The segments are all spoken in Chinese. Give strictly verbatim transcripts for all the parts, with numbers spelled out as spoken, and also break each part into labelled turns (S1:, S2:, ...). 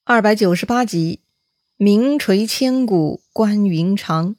S1: 二百九十八集，名垂千古关云长。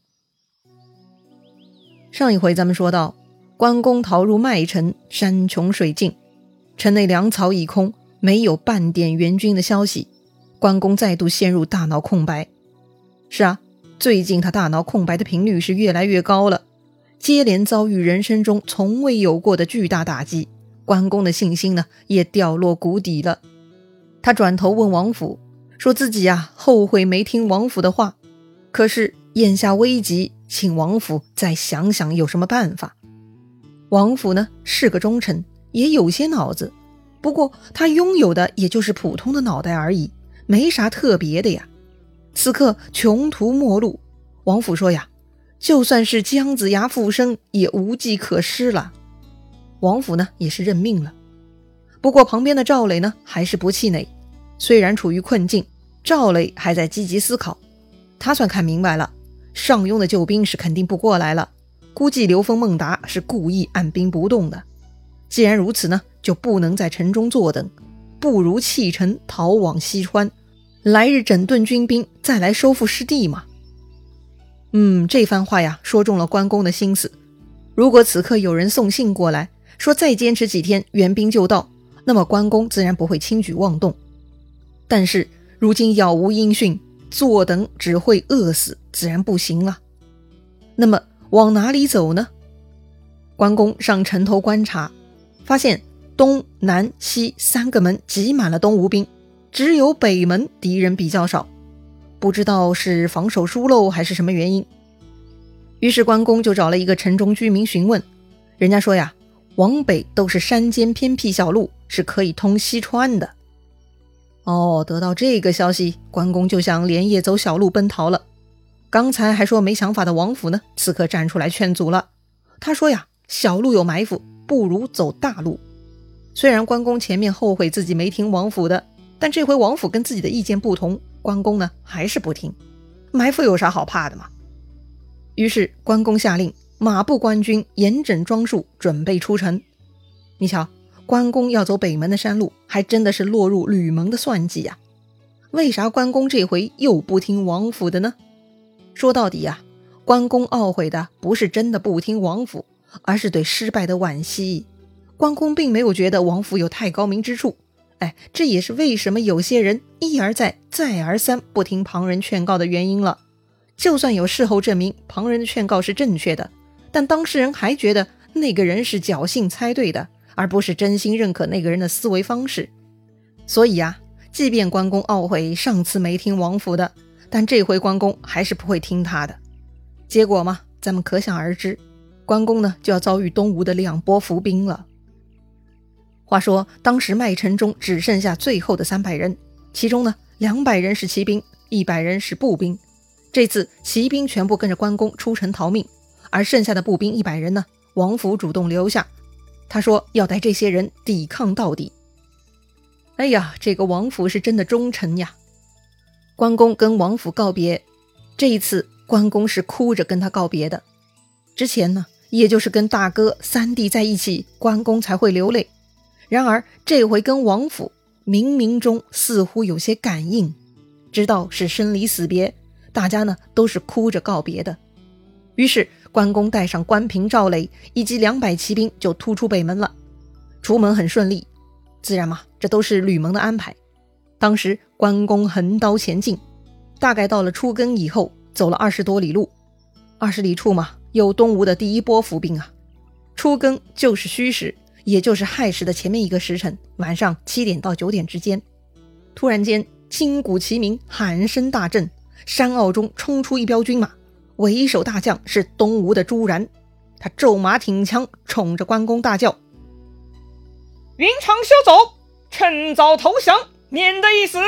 S1: 上一回咱们说到，关公逃入麦城，山穷水尽，城内粮草已空，没有半点援军的消息，关公再度陷入大脑空白。是啊，最近他大脑空白的频率是越来越高了，接连遭遇人生中从未有过的巨大打击，关公的信心呢也掉落谷底了。他转头问王府，说自己啊后悔没听王府的话，可是眼下危急，请王府再想想有什么办法。王府呢是个忠臣，也有些脑子，不过他拥有的也就是普通的脑袋而已，没啥特别的呀。此刻穷途末路，王府说呀，就算是姜子牙附身也无计可施了。王府呢也是认命了。不过旁边的赵磊呢还是不气馁，虽然处于困境，赵磊还在积极思考。他算看明白了，上庸的救兵是肯定不过来了，估计刘封孟达是故意按兵不动的。既然如此呢，就不能在城中坐等，不如弃城逃往西川，来日整顿军兵，再来收复失地嘛。嗯，这番话呀说中了关公的心思。如果此刻有人送信过来，说再坚持几天援兵就到，那么关公自然不会轻举妄动。但是如今杳无音讯，坐等只会饿死，自然不行了。那么往哪里走呢？关公上城头观察，发现东南西三个门挤满了东吴兵，只有北门敌人比较少，不知道是防守疏漏还是什么原因。于是关公就找了一个城中居民询问，人家说呀，往北都是山间偏僻小路，是可以通西川的。哦，得到这个消息，关公就想连夜走小路奔逃了。刚才还说没想法的王府呢，此刻站出来劝阻了。他说呀，小路有埋伏，不如走大路。虽然关公前面后悔自己没听王府的，但这回王府跟自己的意见不同，关公呢还是不听。埋伏有啥好怕的嘛？于是关公下令，马步官军严整装束，准备出城。你瞧，关公要走北门的山路，还真的是落入吕蒙的算计呀。为啥关公这回又不听王府的呢？说到底呀，关公懊悔的不是真的不听王府，而是对失败的惋惜。关公并没有觉得王府有太高明之处，哎，这也是为什么有些人一而再再而三不听旁人劝告的原因了。就算有事后证明旁人的劝告是正确的，但当事人还觉得那个人是侥幸猜对的，而不是真心认可那个人的思维方式。所以啊，即便关公懊悔上次没听王府的，但这回关公还是不会听他的。结果嘛，咱们可想而知，关公呢就要遭遇东吴的两波伏兵了。话说当时麦城中只剩下最后的三百人，其中呢两百人是骑兵，一百人是步兵。这次骑兵全部跟着关公出城逃命，而剩下的步兵一百人呢，王府主动留下，他说要带这些人抵抗到底。哎呀，这个王府是真的忠臣呀。关公跟王府告别，这一次关公是哭着跟他告别的。之前呢，也就是跟大哥三弟在一起，关公才会流泪。然而这回跟王府，冥冥中似乎有些感应，知道是生离死别，大家呢都是哭着告别的。于是关公带上关平、赵磊以及两百骑兵就突出北门了。出门很顺利，自然嘛，这都是吕蒙的安排。当时关公横刀前进，大概到了出更以后，走了二十多里路。二十里处嘛，有东吴的第一波伏兵啊。出更就是戌时，也就是亥时的前面一个时辰，晚上七点到九点之间。突然间，金鼓齐鸣，喊声大震，山坳中冲出一彪军马，为首大将是东吴的朱然。他骤马挺枪，冲着关公大叫：
S2: 云长休走，趁早投降，免得一死。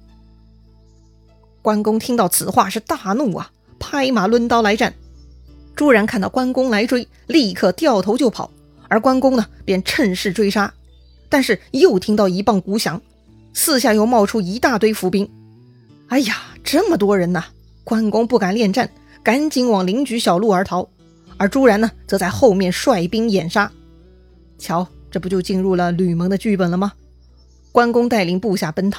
S1: 关公听到此话是大怒啊，拍马抡刀来战。朱然看到关公来追，立刻掉头就跑，而关公呢便趁势追杀。但是又听到一棒鼓响，四下又冒出一大堆伏兵。哎呀，这么多人呐、啊！关公不敢恋战，赶紧往邻居小路而逃。而朱然呢则在后面率兵掩杀。瞧，这不就进入了吕蒙的剧本了吗？关公带领部下奔逃，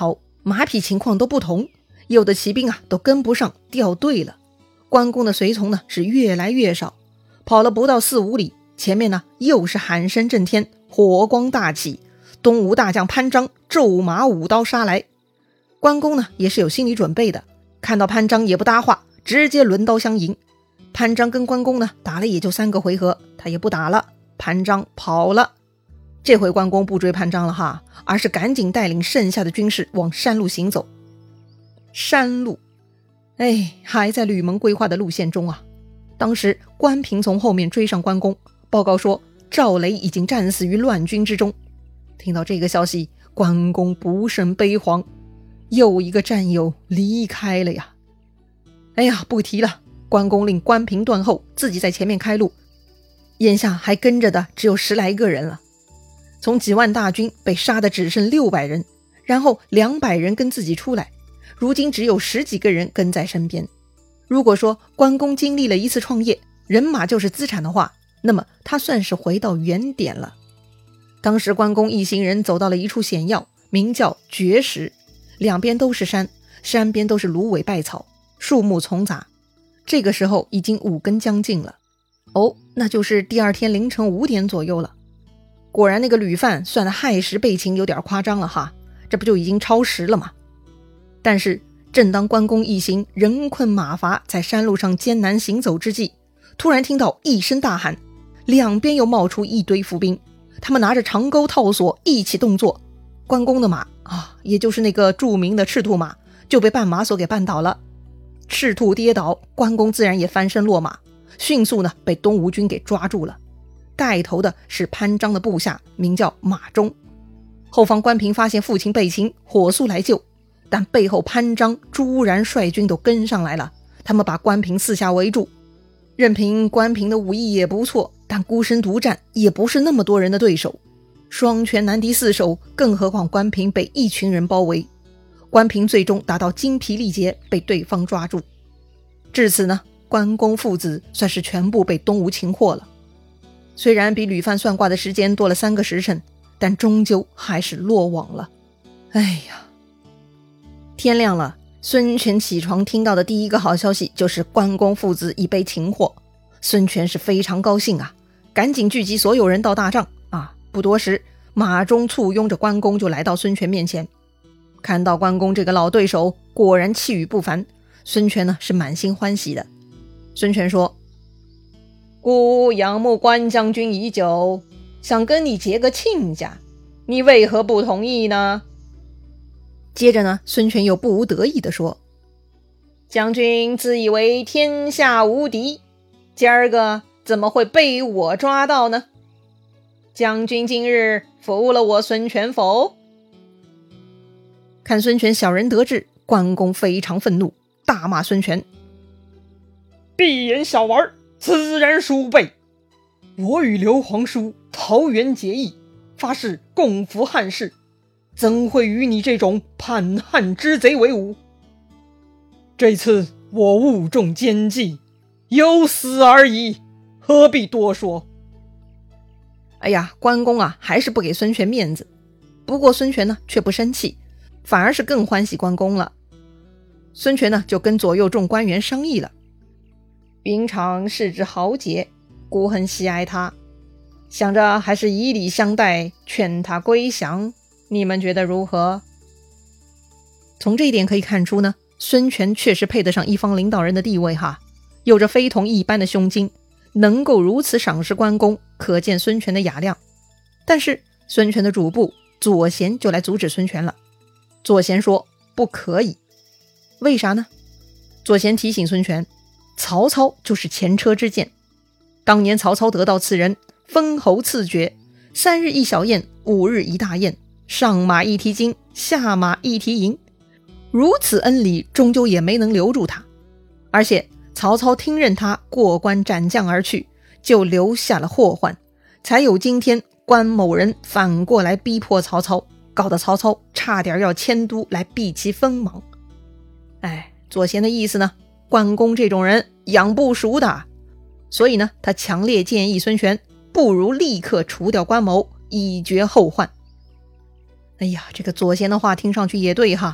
S1: 马匹情况都不同，有的骑兵啊都跟不上，掉队了。关公的随从呢是越来越少，跑了不到四五里，前面呢又是喊声震天，火光大起，东吴大将潘璋骤马舞刀杀来。关公呢也是有心理准备的，看到潘璋也不搭话，直接抡刀相迎。潘璋跟关公呢打了也就三个回合，他也不打了，潘璋跑了。这回关公不追潘璋了哈，而是赶紧带领剩下的军士往山路行走。山路，哎，还在吕蒙规划的路线中啊。当时关平从后面追上关公，报告说赵雷已经战死于乱军之中。听到这个消息，关公不胜悲惶，又一个战友离开了呀。哎呀，不提了，关公令关平断后，自己在前面开路，眼下还跟着的只有十来个人了。从几万大军被杀的只剩六百人，然后两百人跟自己出来，如今只有十几个人跟在身边。如果说关公经历了一次创业，人马就是资产的话，那么他算是回到原点了。当时关公一行人走到了一处险要，名叫绝石，两边都是山，山边都是芦苇败草，树木丛杂。这个时候已经五更将近了，哦，那就是第二天凌晨五点左右了。果然那个吕范算的亥时备勤有点夸张了哈，这不就已经超时了吗？但是正当关公一行人困马乏，在山路上艰难行走之际，突然听到一声大喊，两边又冒出一堆伏兵，他们拿着长钩套索一起动作。关公的马啊，也就是那个著名的赤兔马，就被绊马索给绊倒了。赤兔跌倒，关公自然也翻身落马，迅速呢被东吴军给抓住了。带头的是潘璋的部下，名叫马忠。后方关平发现父亲被擒，火速来救，但背后潘璋、朱然率军都跟上来了，他们把关平四下围住。任凭关平的武艺也不错，但孤身独战也不是那么多人的对手，双拳难敌四手，更何况关平被一群人包围。关平最终打到精疲力竭，被对方抓住。至此呢，关公父子算是全部被东吴擒获了。虽然比吕范算卦的时间多了三个时辰，但终究还是落网了。哎呀，天亮了，孙权起床听到的第一个好消息就是关公父子已被擒获。孙权是非常高兴啊，赶紧聚集所有人到大帐啊！不多时，马忠簇拥着关公就来到孙权面前。看到关公这个老对手果然气宇不凡，孙权呢是满心欢喜的。孙权说：孤仰慕关将军已久，想跟你结个亲家，你为何不同意呢？接着呢，孙权又不无得意地说：将军自以为天下无敌，今儿个怎么会被我抓到呢？将军今日服了我孙权否？看孙权小人得志，关公非常愤怒，大骂孙权：
S2: 闭眼小玩，此人鼠辈！我与刘皇叔桃园结义，发誓共扶汉室，怎会与你这种叛汉之贼为伍？这次我误中奸计，有死而已，何必多说？
S1: 哎呀，关公啊，还是不给孙权面子。不过孙权呢，却不生气，反而是更欢喜关公了。孙权呢，就跟左右众官员商议了。兵场是之豪杰，孤很喜爱他，想着还是以礼相待，劝他归降，你们觉得如何？从这一点可以看出呢，孙权确实配得上一方领导人的地位哈，有着非同一般的胸襟，能够如此赏识关公，可见孙权的雅量。但是孙权的主簿左贤就来阻止孙权了。左贤说不可以。为啥呢？左贤提醒孙权，曹操就是前车之鉴，当年曹操得到此人，封侯赐爵，三日一小宴，五日一大宴，上马一提金，下马一提银，如此恩礼终究也没能留住他。而且曹操听任他过关斩将而去，就留下了祸患，才有今天关某人反过来逼迫曹操，搞得曹操差点要迁都来避其锋芒。哎，左贤的意思呢，关公这种人养不熟的，所以呢，他强烈建议孙权不如立刻除掉关某，以绝后患。哎呀，这个左贤的话听上去也对哈，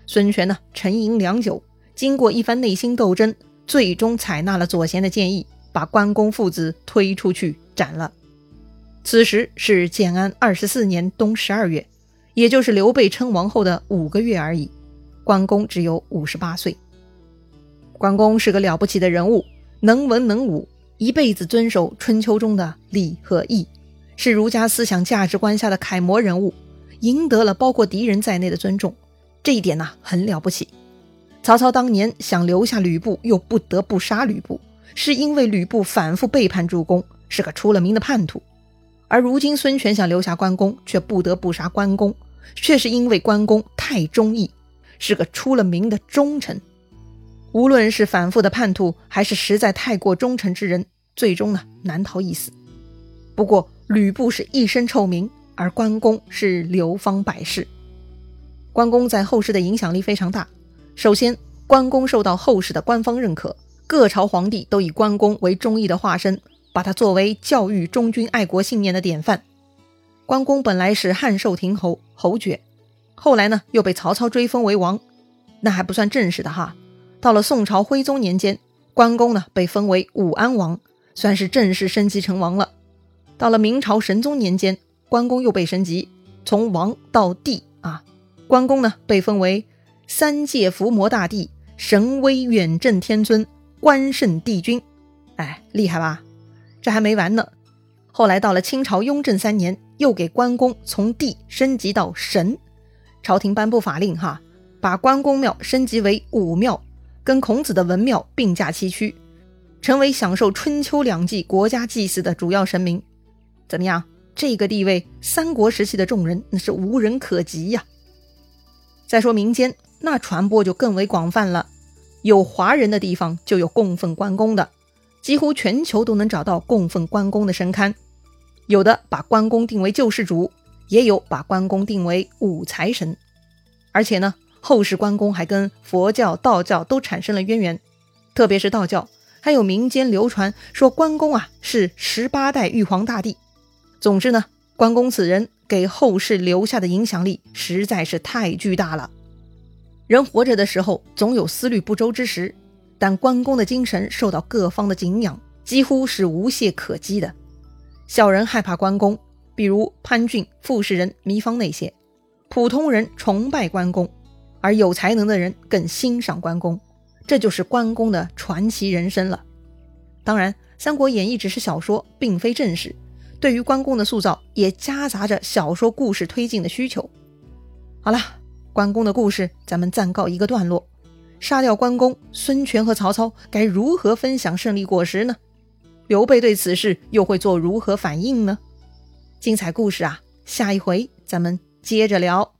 S1: 孙权呢沉吟良久，经过一番内心斗争，最终采纳了左贤的建议，把关公父子推出去斩了。此时是建安二十四年冬十二月，也就是刘备称王后的五个月而已，关公只有五十八岁。关公是个了不起的人物，能文能武，一辈子遵守春秋中的礼和义，是儒家思想价值观下的楷模人物，赢得了包括敌人在内的尊重，这一点呢、啊、很了不起。曹操当年想留下吕布，又不得不杀吕布，是因为吕布反复背叛主公，是个出了名的叛徒。而如今孙权想留下关公，却不得不杀关公，却是因为关公太忠义，是个出了名的忠臣。无论是反复的叛徒，还是实在太过忠诚之人，最终呢难逃一死。不过吕布是一身臭名，而关公是流芳百世。关公在后世的影响力非常大。首先，关公受到后世的官方认可，各朝皇帝都以关公为忠义的化身，把他作为教育忠君爱国信念的典范。关公本来是汉寿亭侯，侯爵，后来呢又被曹操追封为王，那还不算正式的哈。到了宋朝徽宗年间，关公呢被封为武安王，算是正式升级成王了。到了明朝神宗年间，关公又被升级，从王到帝啊。关公呢被封为三界伏魔大帝，神威远镇天尊，关圣帝君。哎，厉害吧？这还没完呢。后来到了清朝雍正三年，又给关公从帝升级到神，朝廷颁布法令哈，把关公庙升级为武庙，跟孔子的文庙并驾齐驱，成为享受春秋两季国家祭祀的主要神明。怎么样？这个地位，三国时期的众人那是无人可及呀。再说民间，那传播就更为广泛了。有华人的地方就有供奉关公的，几乎全球都能找到供奉关公的神龛。有的把关公定为救世主，也有把关公定为武财神。而且呢，后世关公还跟佛教、道教都产生了渊源，特别是道教，还有民间流传说关公啊是十八代玉皇大帝。总之呢，关公此人给后世留下的影响力实在是太巨大了。人活着的时候总有思虑不周之时，但关公的精神受到各方的敬仰，几乎是无懈可击的。小人害怕关公，比如潘俊、傅士仁、糜芳那些；普通人崇拜关公，而有才能的人更欣赏关公。这就是关公的传奇人生了。当然，《三国演义》只是小说，并非正史，对于关公的塑造也夹杂着小说故事推进的需求。好了，关公的故事咱们暂告一个段落。杀掉关公，孙权和曹操该如何分享胜利果实呢？刘备对此事又会做如何反应呢？精彩故事啊，下一回咱们接着聊。